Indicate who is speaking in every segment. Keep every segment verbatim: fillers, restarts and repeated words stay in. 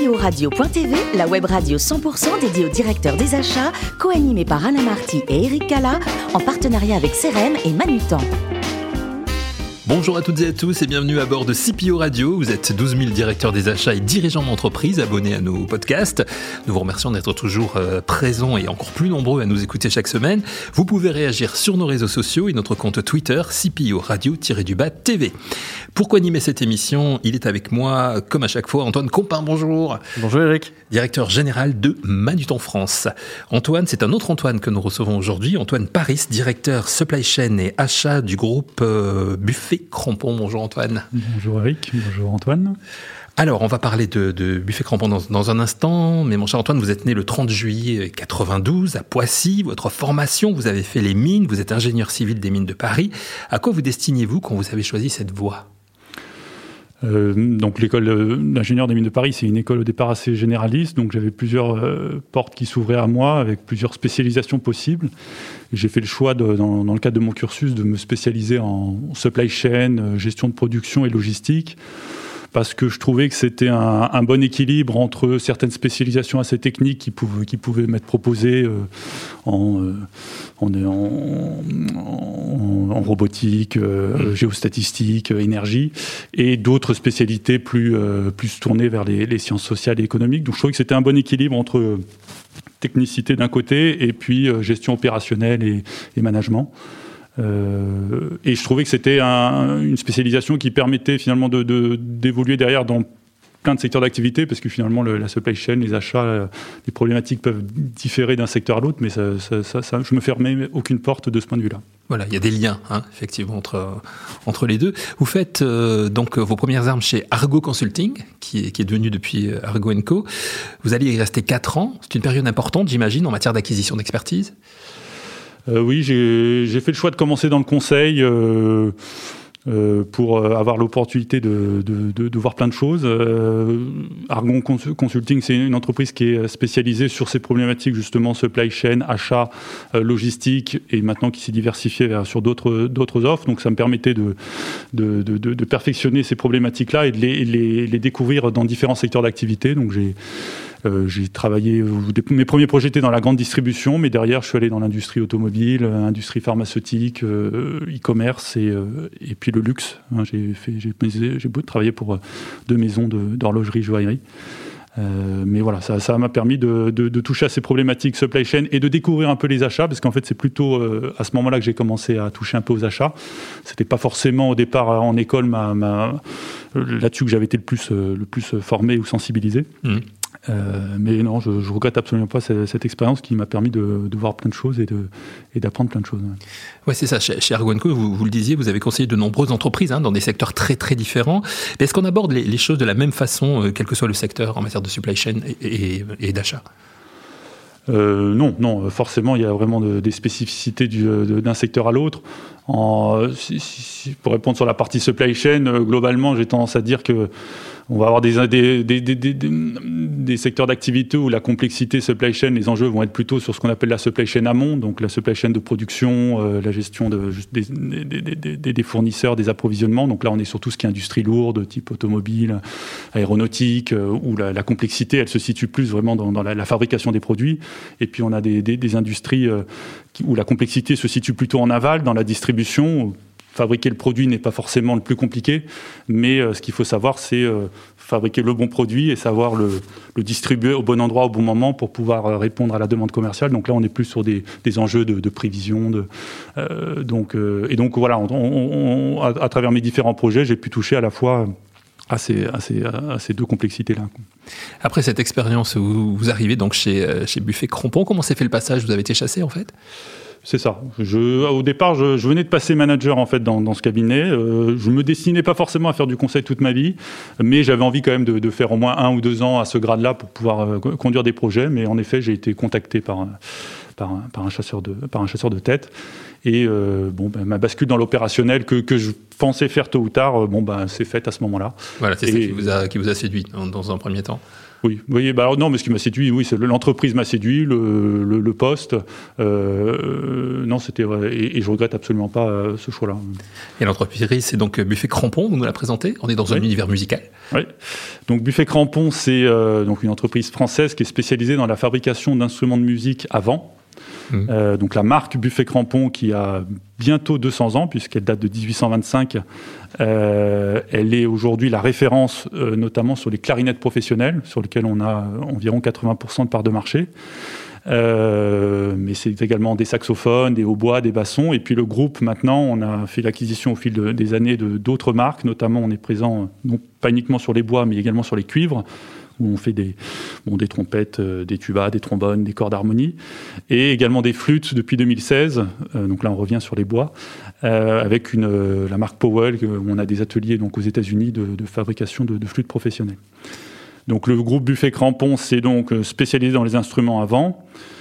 Speaker 1: O Radio point T V, la web radio cent pour cent dédiée au directeur des achats, co-animée par Alain Marty et Eric Cala, en partenariat avec Cerem et Manutan.
Speaker 2: Bonjour à toutes et à tous et bienvenue à bord de C P O Radio. Vous êtes douze mille directeurs des achats et dirigeants d'entreprise abonnés à nos podcasts. Nous vous remercions d'être toujours euh, présents et encore plus nombreux à nous écouter chaque semaine. Vous pouvez réagir sur nos réseaux sociaux et notre compte Twitter C P O Radio-du-bas T V. Pour co-animer cette émission, il est avec moi, comme à chaque fois, Antoine Compin. Bonjour.
Speaker 3: Bonjour Eric.
Speaker 2: Directeur général de Manutan France. Antoine, c'est un autre Antoine que nous recevons aujourd'hui. Antoine Paris, directeur supply chain et achat du groupe euh, Buffet Crampon. Bonjour Antoine.
Speaker 3: Bonjour Eric, bonjour Antoine.
Speaker 2: Alors, on va parler de, de Buffet Crampon dans, dans un instant, mais mon cher Antoine, vous êtes né le trente juillet quatre-vingt-douze à Poissy. Votre formation, vous avez fait les mines, vous êtes ingénieur civil des mines de Paris. À quoi vous destiniez-vous quand vous avez choisi cette voie ?
Speaker 3: Euh, donc l'école d'ingénieur des mines de Paris, c'est une école au départ assez généraliste, donc j'avais plusieurs euh, portes qui s'ouvraient à moi avec plusieurs spécialisations possibles. Et j'ai fait le choix, de, dans, dans le cadre de mon cursus, de me spécialiser en supply chain, euh, gestion de production et logistique, parce que je trouvais que c'était un, un bon équilibre entre certaines spécialisations assez techniques qui pouvaient, qui pouvaient m'être proposées euh, en, euh, en, en, en, en robotique, euh, géostatistique, euh, énergie, et d'autres spécialités plus, euh, plus tournées vers les, les sciences sociales et économiques. Donc je trouvais que c'était un bon équilibre entre euh, technicité d'un côté et puis euh, gestion opérationnelle et, et management. Euh, et je trouvais que c'était un, une spécialisation qui permettait finalement de, de, d'évoluer derrière dans plein de secteurs d'activité, parce que finalement le, la supply chain, les achats, euh, les problématiques peuvent différer d'un secteur à l'autre, mais ça, ça, ça, ça, je ne me fermais aucune porte de ce point de vue-là.
Speaker 2: Voilà, il y a des liens, hein, effectivement, entre, entre les deux. Vous faites euh, donc vos premières armes chez Argo Consulting, qui est, qui est devenu depuis Argo and Co. Vous allez y rester quatre ans. C'est une période importante, j'imagine, en matière d'acquisition d'expertise.
Speaker 3: Euh, oui, j'ai, j'ai fait le choix de commencer dans le conseil euh, euh, pour avoir l'opportunité de, de, de, de voir plein de choses. Euh, Argon Consulting, c'est une entreprise qui est spécialisée sur ces problématiques, justement, supply chain, achat, euh, logistique, et maintenant qui s'est diversifiée vers, sur d'autres, d'autres offres. Donc ça me permettait de, de, de, de, de perfectionner ces problématiques-là et de les, les, les découvrir dans différents secteurs d'activité. Donc j'ai Euh, j'ai travaillé, mes premiers projets étaient dans la grande distribution, mais derrière je suis allé dans l'industrie automobile, industrie pharmaceutique, euh, e-commerce et, euh, et puis le luxe. Hein, j'ai, fait, j'ai, j'ai travaillé pour deux maisons de, d'horlogerie joaillerie. Euh, mais voilà, ça, ça m'a permis de, de, de toucher à ces problématiques supply chain et de découvrir un peu les achats, parce qu'en fait c'est plutôt euh, à ce moment-là que j'ai commencé à toucher un peu aux achats. C'était pas forcément au départ en école ma, ma, là-dessus que j'avais été le plus, le plus formé ou sensibilisé. Mmh. Euh, mais non, je ne regrette absolument pas cette, cette expérience qui m'a permis de, de voir plein de choses et, de, et d'apprendre plein de choses. Ouais,
Speaker 2: ouais c'est ça. Chez, chez Argo and Co, vous, vous le disiez, vous avez conseillé de nombreuses entreprises hein, dans des secteurs très très différents. Mais est-ce qu'on aborde les, les choses de la même façon, euh, quel que soit le secteur, en matière de supply chain et, et, et d'achat ?
Speaker 3: Euh, non, non, forcément, il y a vraiment de, des spécificités du, de, d'un secteur à l'autre. En, si, si, pour répondre sur la partie supply chain, euh, globalement, j'ai tendance à dire que on va avoir des, des, des, des, des, des secteurs d'activité où la complexité supply chain, les enjeux vont être plutôt sur ce qu'on appelle la supply chain amont, donc la supply chain de production, euh, la gestion de, des, des, des, des, des fournisseurs, des approvisionnements. Donc là, on est sur tout ce qui est industrie lourde, type automobile, aéronautique, euh, où la, la complexité, elle se situe plus vraiment dans, dans la, la fabrication des produits. Et puis on a des, des, des industries euh, qui, où la complexité se situe plutôt en aval, dans la distribution. Fabriquer le produit n'est pas forcément le plus compliqué, mais euh, ce qu'il faut savoir, c'est euh, fabriquer le bon produit et savoir le, le distribuer au bon endroit, au bon moment pour pouvoir euh, répondre à la demande commerciale. Donc là, on est plus sur des, des enjeux de, de prévision. De, euh, donc, euh, et donc voilà, on, on, on, à, à travers mes différents projets, j'ai pu toucher à la fois à ces, à ces, à ces deux complexités-là.
Speaker 2: Après cette expérience où vous arrivez donc chez, chez Buffet Crampon, comment s'est fait le passage ? Vous avez été chassé en fait ?
Speaker 3: C'est ça. Je, au départ, je, je venais de passer manager en fait dans, dans ce cabinet. Euh, je me destinais pas forcément à faire du conseil toute ma vie, mais j'avais envie quand même de, de faire au moins un ou deux ans à ce grade-là pour pouvoir euh, conduire des projets. Mais en effet, j'ai été contacté par par un, par un chasseur de par un chasseur de tête. Et euh, bon, ben, ma bascule dans l'opérationnel que, que je pensais faire tôt ou tard, euh, bon, ben, c'est faite à ce moment-là.
Speaker 2: Voilà, c'est et, ça qui vous a, qui vous a séduit dans, dans un premier temps.
Speaker 3: Oui, oui bah alors non, mais ce qui m'a séduit, oui, c'est l'entreprise m'a séduit, le, le, le poste. Euh, non, c'était vrai. Et, et je regrette absolument pas euh, ce choix-là.
Speaker 2: Et l'entreprise, c'est donc Buffet Crampon, vous nous la présentez. On est dans un
Speaker 3: oui.
Speaker 2: univers musical.
Speaker 3: Oui. Donc Buffet Crampon, c'est euh, donc une entreprise française qui est spécialisée dans la fabrication d'instruments de musique à vent. Mmh. Euh, donc la marque Buffet Crampon, qui a bientôt deux cents ans, puisqu'elle date de dix-huit cent vingt-cinq, euh, elle est aujourd'hui la référence, euh, notamment sur les clarinettes professionnelles, sur lesquelles on a environ quatre-vingts pour cent de part de marché. Euh, mais c'est également des saxophones, des hautbois, des bassons. Et puis le groupe, maintenant, on a fait l'acquisition au fil de, des années de, d'autres marques. Notamment, on est présent, non pas uniquement sur les bois, mais également sur les cuivres, où on fait des, bon, des trompettes, euh, des tubas, des trombones, des cordes d'harmonie, et également des flûtes depuis deux mille seize. Euh, donc là, on revient sur les bois, euh, avec une, euh, la marque Powell, où on a des ateliers donc, aux États-Unis de, de fabrication de, de flûtes professionnelles. Donc le groupe Buffet Crampon, c'est donc spécialisé dans les instruments à vent,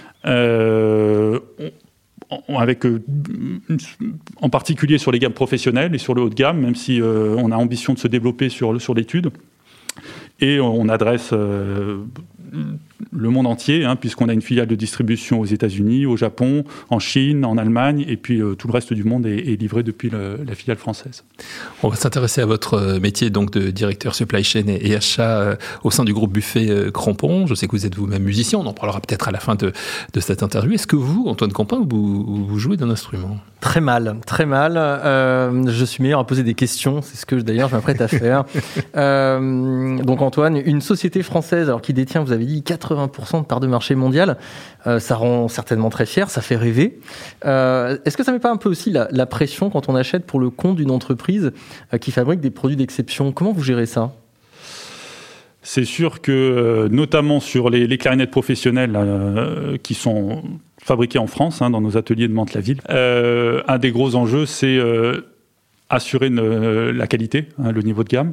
Speaker 3: euh, on, avec euh, en particulier sur les gammes professionnelles et sur le haut de gamme, même si euh, on a ambition de se développer sur, sur l'étude. Et on adresse euh, le monde entier, hein, puisqu'on a une filiale de distribution aux États-Unis, au Japon, en Chine, en Allemagne, et puis euh, tout le reste du monde est, est livré depuis le, la filiale française.
Speaker 2: On va s'intéresser à votre métier donc de directeur supply chain et, et achat euh, au sein du groupe Buffet euh, Crampon. Je sais que vous êtes vous-même musicien, on en parlera peut-être à la fin de, de cette interview. Est-ce que vous, Antoine Campin, vous, vous jouez d'un instrument ?
Speaker 4: Très mal, très mal. Euh, je suis meilleur à poser des questions, c'est ce que d'ailleurs je m'apprête à faire. euh, donc Antoine, une société française alors qui détient, vous avez dit, quatre-vingts pour cent de part de marché mondial, euh, ça rend certainement très fier, ça fait rêver. Euh, est-ce que ça ne met pas un peu aussi la, la pression quand on achète pour le compte d'une entreprise euh, qui fabrique des produits d'exception ? Comment vous gérez ça ?
Speaker 3: C'est sûr que, euh, notamment sur les, les clarinettes professionnelles euh, qui sont fabriquées en France, hein, dans nos ateliers de Mantes-la-Ville, euh, un des gros enjeux, c'est euh, assurer une, euh, la qualité, hein, le niveau de gamme.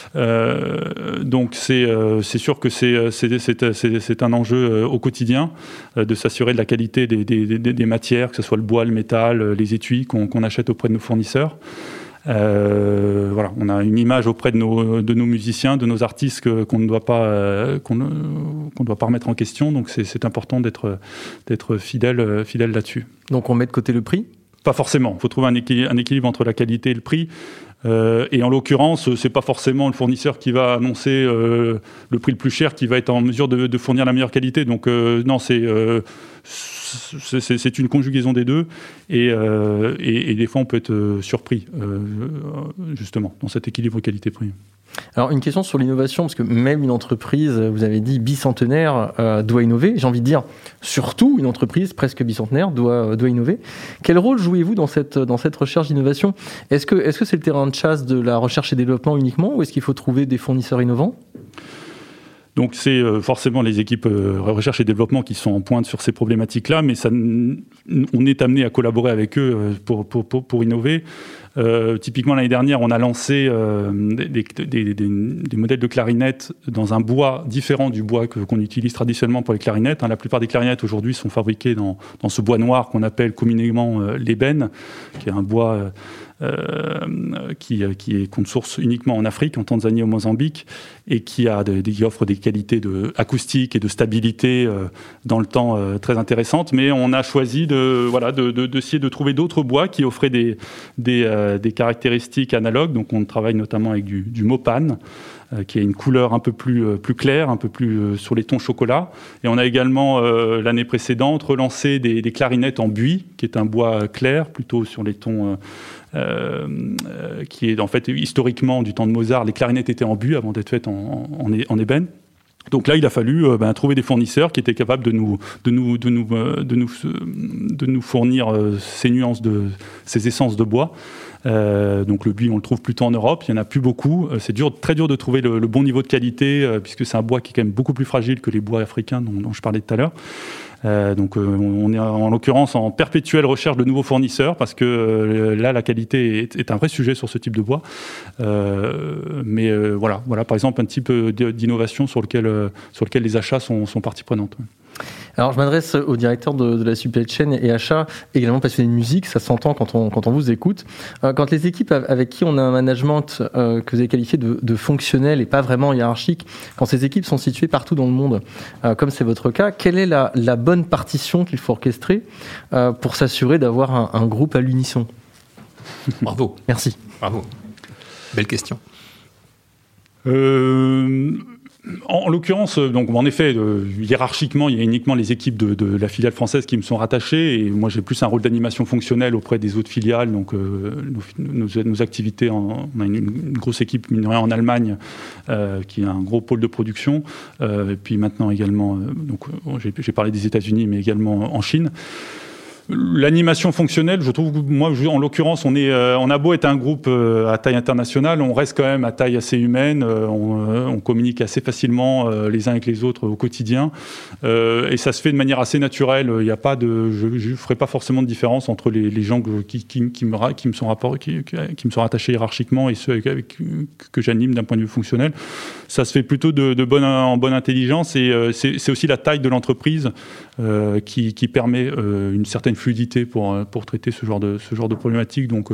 Speaker 3: Euh, donc c'est, euh, c'est sûr que c'est, c'est, c'est, c'est, c'est un enjeu euh, au quotidien euh, de s'assurer de la qualité des, des, des, des matières, que ce soit le bois, le métal, les étuis qu'on, qu'on achète auprès de nos fournisseurs. Euh, voilà, on a une image auprès de nos, de nos musiciens, de nos artistes que, qu'on ne doit pas, euh, qu'on, qu'on ne doit pas remettre en question. Donc c'est, c'est important d'être, d'être fidèle, fidèle là-dessus.
Speaker 4: Donc on met de côté le prix ?
Speaker 3: Pas forcément. Il faut trouver un équilibre, un équilibre entre la qualité et le prix. Euh, et en l'occurrence, c'est pas forcément le fournisseur qui va annoncer euh, le prix le plus cher qui va être en mesure de, de fournir la meilleure qualité. Donc euh, non, c'est, euh, c'est, c'est, c'est une conjugaison des deux. Et, euh, et, et des fois, on peut être surpris, euh, justement, dans cet équilibre qualité-prix.
Speaker 4: Alors, une question sur l'innovation, parce que même une entreprise, vous avez dit bicentenaire, euh, doit innover. J'ai envie de dire, surtout une entreprise presque bicentenaire doit, doit innover. Quel rôle jouez-vous dans cette, dans cette recherche d'innovation ? Est-ce que, est-ce que c'est le terrain de chasse de la recherche et développement uniquement, ou est-ce qu'il faut trouver des fournisseurs innovants ?
Speaker 3: Donc c'est euh, forcément les équipes euh, recherche et développement qui sont en pointe sur ces problématiques-là, mais ça, on est amené à collaborer avec eux euh, pour, pour, pour, pour innover. Euh, typiquement l'année dernière, on a lancé euh, des, des, des, des, des modèles de clarinettes dans un bois différent du bois que, qu'on utilise traditionnellement pour les clarinettes. Hein, la plupart des clarinettes aujourd'hui sont fabriquées dans, dans ce bois noir qu'on appelle communément euh, l'ébène, qui est un bois euh, Euh, qui, qui est qu'on source uniquement en Afrique, en Tanzanie et au Mozambique, et qui, a de, qui offre des qualités de, acoustiques et de stabilité euh, dans le temps euh, très intéressantes. Mais on a choisi de, voilà, de, de, d'essayer de trouver d'autres bois qui offraient des, des, euh, des caractéristiques analogues. Donc on travaille notamment avec du, du mopane, euh, qui a une couleur un peu plus, euh, plus claire, un peu plus euh, sur les tons chocolat. Et on a également, euh, l'année précédente, relancé des, des clarinettes en buis, qui est un bois clair, plutôt sur les tons... Euh, Euh, euh, qui est en fait historiquement du temps de Mozart, les clarinettes étaient en buis avant d'être faites en, en, en ébène. Donc là, il a fallu euh, ben, trouver des fournisseurs qui étaient capables de nous, de nous, de nous, euh, de nous, de nous fournir euh, ces nuances de, ces essences de bois. Euh, donc le buis, on le trouve plutôt en Europe. Il y en a plus beaucoup. Euh, c'est dur, très dur de trouver le, le bon niveau de qualité euh, puisque c'est un bois qui est quand même beaucoup plus fragile que les bois africains dont, dont je parlais tout à l'heure. Euh, donc euh, on est en l'occurrence en perpétuelle recherche de nouveaux fournisseurs parce que euh, là la qualité est, est un vrai sujet sur ce type de bois. Euh, mais euh, voilà, voilà par exemple un type d'innovation sur lequel euh, sur lequel les achats sont, sont partie prenante.
Speaker 4: Alors, je m'adresse au directeur de, de la supply chain et achat, également passionné de musique, ça s'entend quand on, quand on vous écoute. Euh, quand les équipes avec qui on a un management euh, que vous avez qualifié de, de fonctionnel et pas vraiment hiérarchique, quand ces équipes sont situées partout dans le monde, euh, comme c'est votre cas, quelle est la, la bonne partition qu'il faut orchestrer euh, pour s'assurer d'avoir un, un groupe à l'unisson ?
Speaker 2: Bravo.
Speaker 4: Merci.
Speaker 2: Bravo. Belle question.
Speaker 3: Euh... En l'occurrence, donc en effet, euh, hiérarchiquement, il y a uniquement les équipes de, de la filiale française qui me sont rattachées, et moi j'ai plus un rôle d'animation fonctionnelle auprès des autres filiales. Donc euh, nos, nos, nos activités, en, on a une, une grosse équipe mine de rien en Allemagne euh, qui a un gros pôle de production, euh, et puis maintenant également, euh, donc j'ai, j'ai parlé des États-Unis, mais également en Chine. L'animation fonctionnelle, je trouve, moi, en l'occurrence, on, est, euh, on a beau être un groupe euh, à taille internationale, on reste quand même à taille assez humaine, euh, on, euh, on communique assez facilement euh, les uns avec les autres au quotidien, euh, et ça se fait de manière assez naturelle. Il n'y a pas de, je ne ferai pas forcément de différence entre les, les gens que, qui, qui, qui, me, qui, me sont rapport, qui, qui me sont rattachés hiérarchiquement et ceux avec, avec, que j'anime d'un point de vue fonctionnel. Ça se fait plutôt de, de bonne, en bonne intelligence, et euh, c'est, c'est aussi la taille de l'entreprise euh, qui, qui permet euh, une certaine fluidité pour, pour traiter ce genre de, ce genre de problématique. Donc,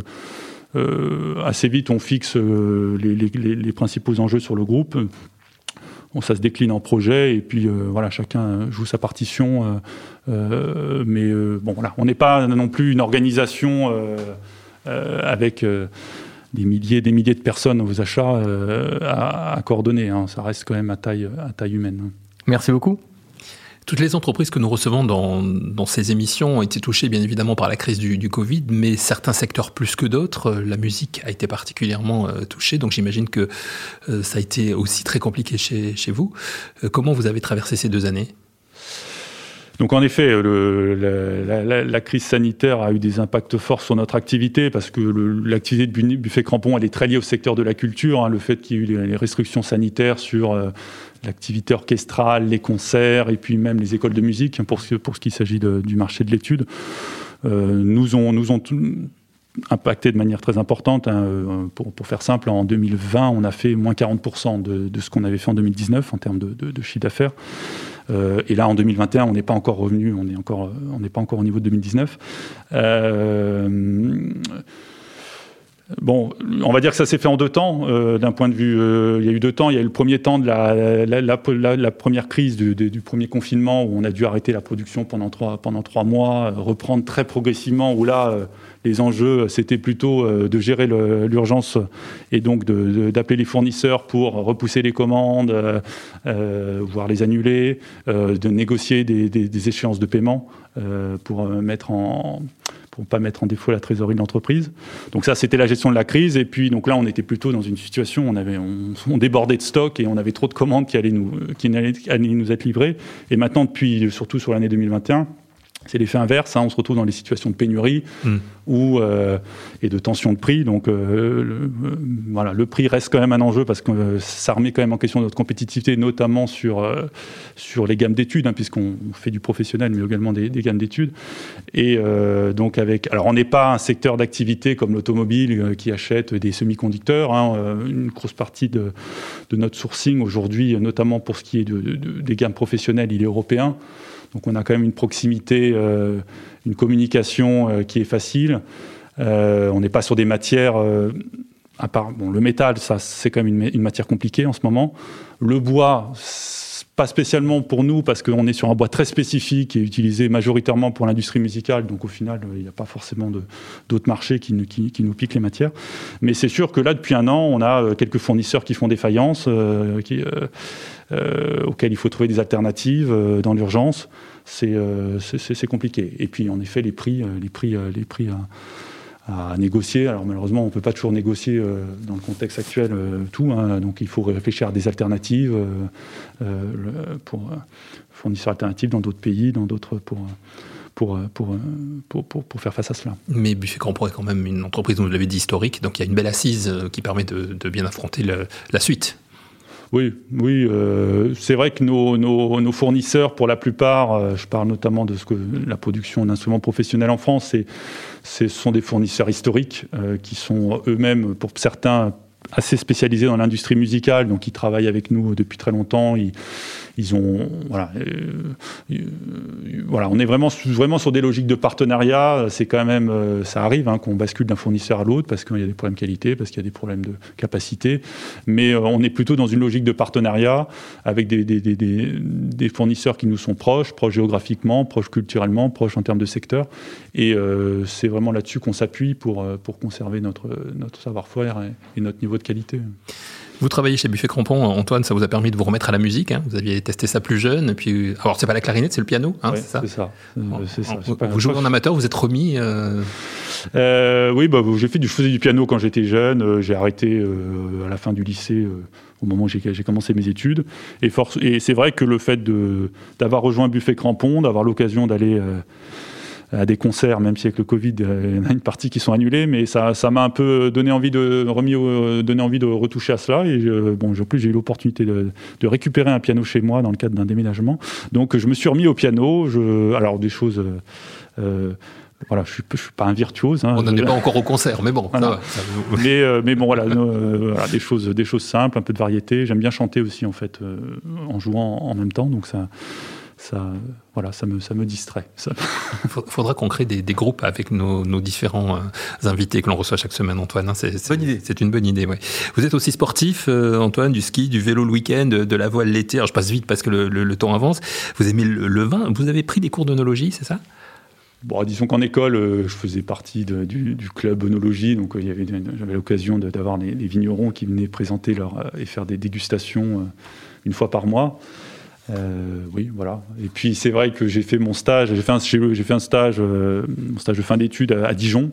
Speaker 3: euh, assez vite, on fixe euh, les, les, les principaux enjeux sur le groupe. Bon, ça se décline en projets, et puis euh, voilà, chacun joue sa partition. Euh, euh, mais euh, bon, voilà, on n'est pas non plus une organisation euh, euh, avec euh, des milliers, des milliers de personnes aux achats euh, à, à coordonner. Hein. Ça reste quand même à taille, à taille humaine.
Speaker 4: Merci beaucoup.
Speaker 2: Toutes les entreprises que nous recevons dans, dans ces émissions ont été touchées bien évidemment par la crise du, du Covid, mais certains secteurs plus que d'autres. La musique a été particulièrement euh, touchée, donc j'imagine que euh, ça a été aussi très compliqué chez, chez vous. Euh, comment vous avez traversé ces deux années ?
Speaker 3: Donc en effet, le, la, la, la crise sanitaire a eu des impacts forts sur notre activité, parce que le, l'activité de Buffet Crampon, elle est très liée au secteur de la culture. Hein, le fait qu'il y ait eu les, les restrictions sanitaires sur euh, l'activité orchestrale, les concerts, et puis même les écoles de musique, pour ce, pour ce qui s'agit de, du marché de l'étude, euh, nous ont, nous ont impacté de manière très importante. Hein. Pour, pour faire simple, en deux mille vingt, on a fait moins quarante pour cent de, de ce qu'on avait fait en deux mille dix-neuf en termes de, de, de chiffre d'affaires. Euh, et là, en deux mille vingt et un, on n'est pas encore revenu, on n'est encore, on n'est pas encore au niveau de deux mille dix-neuf. Euh, Bon, on va dire que ça s'est fait en deux temps, euh, d'un point de vue... Euh, il y a eu deux temps. Il y a eu le premier temps de la, la, la, la, la première crise du, du, du premier confinement, où on a dû arrêter la production pendant trois, pendant trois mois, euh, reprendre très progressivement, où là, euh, les enjeux, c'était plutôt euh, de gérer le, l'urgence, et donc de, de, d'appeler les fournisseurs pour repousser les commandes, euh, euh, voire les annuler, euh, de négocier des, des, des échéances de paiement euh, pour euh, mettre en... pour ne pas mettre en défaut la trésorerie de l'entreprise. Donc ça, c'était la gestion de la crise. Et puis, donc là, on était plutôt dans une situation où on, avait, on, on débordait de stock, et on avait trop de commandes qui allaient nous, qui allaient, allaient nous être livrées. Et maintenant, depuis, surtout sur l'année deux mille vingt et un, c'est l'effet inverse. Hein, on se retrouve dans des situations de pénurie mmh. ou, euh, et de tension de prix. Donc euh, le, euh, voilà, le prix reste quand même un enjeu, parce que euh, ça remet quand même en question notre compétitivité, notamment sur, euh, sur les gammes d'études, hein, puisqu'on fait du professionnel, mais également des, des gammes d'études. Et euh, donc avec, alors on n'est pas un secteur d'activité comme l'automobile euh, qui achète des semi-conducteurs. Hein, euh, une grosse partie de, de notre sourcing aujourd'hui, notamment pour ce qui est de, de, de, des gammes professionnelles, il est européen. Donc on a quand même une proximité, euh, une communication euh, qui est facile. Euh, on n'est pas sur des matières, euh, à part bon, le métal, ça c'est quand même une, une matière compliquée en ce moment. Le bois, pas spécialement pour nous, parce qu'on est sur un bois très spécifique et utilisé majoritairement pour l'industrie musicale. Donc au final, il n'y a pas forcément de, d'autres marchés qui, qui, qui nous piquent les matières. Mais c'est sûr que là, depuis un an, on a quelques fournisseurs qui font des faïences, euh, qui... Euh, Euh, auxquels il faut trouver des alternatives euh, dans l'urgence. C'est, euh, c'est, c'est compliqué. Et puis, en effet, les prix, euh, les prix, euh, les prix à, à négocier. Alors, malheureusement, on ne peut pas toujours négocier euh, dans le contexte actuel euh, tout. Hein, donc, il faut réfléchir à des alternatives euh, euh, pour euh, fournisseurs alternatifs dans d'autres pays, dans d'autres pour. Pour, pour, pour, pour, pour faire face à cela.
Speaker 2: Mais Buffet Crampon est quand même une entreprise, dont vous l'avez dit, historique, donc il y a une belle assise qui permet de, de bien affronter le, la suite.
Speaker 3: Oui, oui, euh, c'est vrai que nos, nos, nos fournisseurs, pour la plupart, euh, je parle notamment de ce que la production d'instruments professionnels en France, c'est, c'est, ce sont des fournisseurs historiques euh, qui sont eux-mêmes, pour certains, assez spécialisés dans l'industrie musicale, donc ils travaillent avec nous depuis très longtemps, ils, ils ont, voilà, euh, euh, voilà, on est vraiment, vraiment sur des logiques de partenariat. C'est quand même, euh, ça arrive hein, qu'on bascule d'un fournisseur à l'autre parce qu'il y a des problèmes de qualité, parce qu'il y a des problèmes de capacité. Mais euh, on est plutôt dans une logique de partenariat avec des, des, des, des, des fournisseurs qui nous sont proches, proches géographiquement, proches culturellement, proches en termes de secteur. Et euh, c'est vraiment là-dessus qu'on s'appuie pour, pour conserver notre, notre savoir-faire et, et notre niveau de qualité.
Speaker 2: Vous travaillez chez Buffet Crampon, Antoine, ça vous a permis de vous remettre à la musique. Hein. Vous aviez testé ça plus jeune. Et puis, alors, c'est pas la clarinette, c'est le piano, hein,
Speaker 3: ouais,
Speaker 2: c'est ça.
Speaker 3: C'est ça. Euh, c'est ça.
Speaker 2: Vous, vous jouez en amateur, vous êtes remis. Euh...
Speaker 3: Euh, oui, bah, j'ai fait du, je faisais du piano quand j'étais jeune. Euh, j'ai arrêté euh, à la fin du lycée, euh, au moment où j'ai, j'ai commencé mes études. Et, force, et c'est vrai que le fait de, d'avoir rejoint Buffet Crampon, d'avoir l'occasion d'aller euh, à des concerts, même si avec le Covid, il y en a une partie qui sont annulés, mais ça, ça m'a un peu donné envie de, remis au, donné envie de retoucher à cela. Et je, bon, en plus, j'ai eu l'opportunité de, de récupérer un piano chez moi dans le cadre d'un déménagement. Donc, je me suis remis au piano. Je, alors, des choses... Euh, Voilà, je ne suis, suis pas un virtuose. Hein,
Speaker 2: on n'en est pas encore au concert, mais bon.
Speaker 3: Voilà.
Speaker 2: Ça va, ça...
Speaker 3: Mais, euh, mais bon, voilà, euh, voilà des, choses, des choses simples, un peu de variété. J'aime bien chanter aussi, en fait, euh, en jouant en même temps. Donc, ça, ça, voilà, ça, me, ça me distrait. Ça...
Speaker 2: Il faudra qu'on crée des, des groupes avec nos, nos différents euh, invités que l'on reçoit chaque semaine, Antoine. Hein, c'est, c'est, bonne idée. C'est une bonne idée, ouais. Vous êtes aussi sportif, euh, Antoine, du ski, du vélo le week-end, de, de la voile l'été. Alors, je passe vite parce que le, le, le temps avance. Vous aimez le, le vin. Vous avez pris des cours d'œnologie, c'est ça ?
Speaker 3: Bon, disons qu'en école, euh, je faisais partie de, du, du club œnologie, donc euh, il y avait, j'avais l'occasion de, d'avoir des, des vignerons qui venaient présenter leur, euh, et faire des dégustations euh, une fois par mois. Euh, oui, voilà. Et puis c'est vrai que j'ai fait mon stage, j'ai fait un, j'ai, j'ai fait un stage, euh, mon stage de fin d'études à, à Dijon,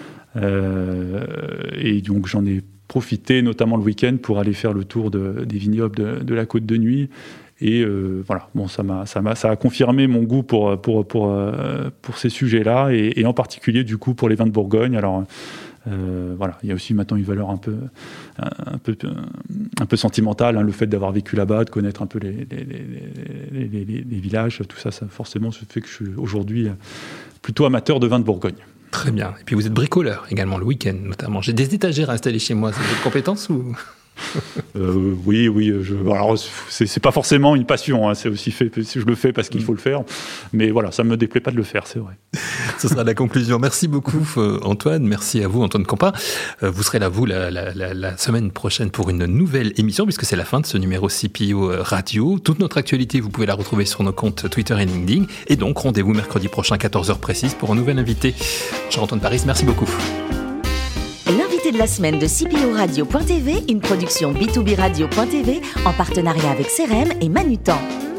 Speaker 3: euh, et donc j'en ai profité, notamment le week-end, pour aller faire le tour de, des vignobles de, de la Côte de Nuit. Et euh, voilà, bon, ça m'a, ça m'a, ça a confirmé mon goût pour pour pour euh, pour ces sujets-là, et, et en particulier du coup pour les vins de Bourgogne. Alors euh, voilà, il y a aussi maintenant une valeur un peu un, un peu un peu sentimentale, hein, le fait d'avoir vécu là-bas, de connaître un peu les les, les, les, les, les villages, tout ça, ça forcément ça fait que je suis aujourd'hui plutôt amateur de vins de Bourgogne.
Speaker 2: Très bien. Et puis vous êtes bricoleur également le week-end, notamment. J'ai des étagères installées chez moi. C'est votre compétence ou?
Speaker 3: Euh, oui, oui. Je, alors, c'est, c'est pas forcément une passion. Hein, c'est aussi fait. Je le fais parce qu'il faut le faire. Mais voilà, ça me déplaît pas de le faire, c'est vrai.
Speaker 2: Ce sera la conclusion. Merci beaucoup, Antoine. Merci à vous, Antoine Campa. Vous serez là, vous, la, la, la, la semaine prochaine pour une nouvelle émission, puisque c'est la fin de ce numéro C P O Radio. Toute notre actualité, vous pouvez la retrouver sur nos comptes Twitter et LinkedIn. Et donc, rendez-vous mercredi prochain, quatorze heures précise, pour un nouvel invité. Cher Antoine Paris, merci beaucoup.
Speaker 1: L'invité de la semaine de C P O Radio point T V, une production B deux B Radio point T V en partenariat avec C R M et Manutan.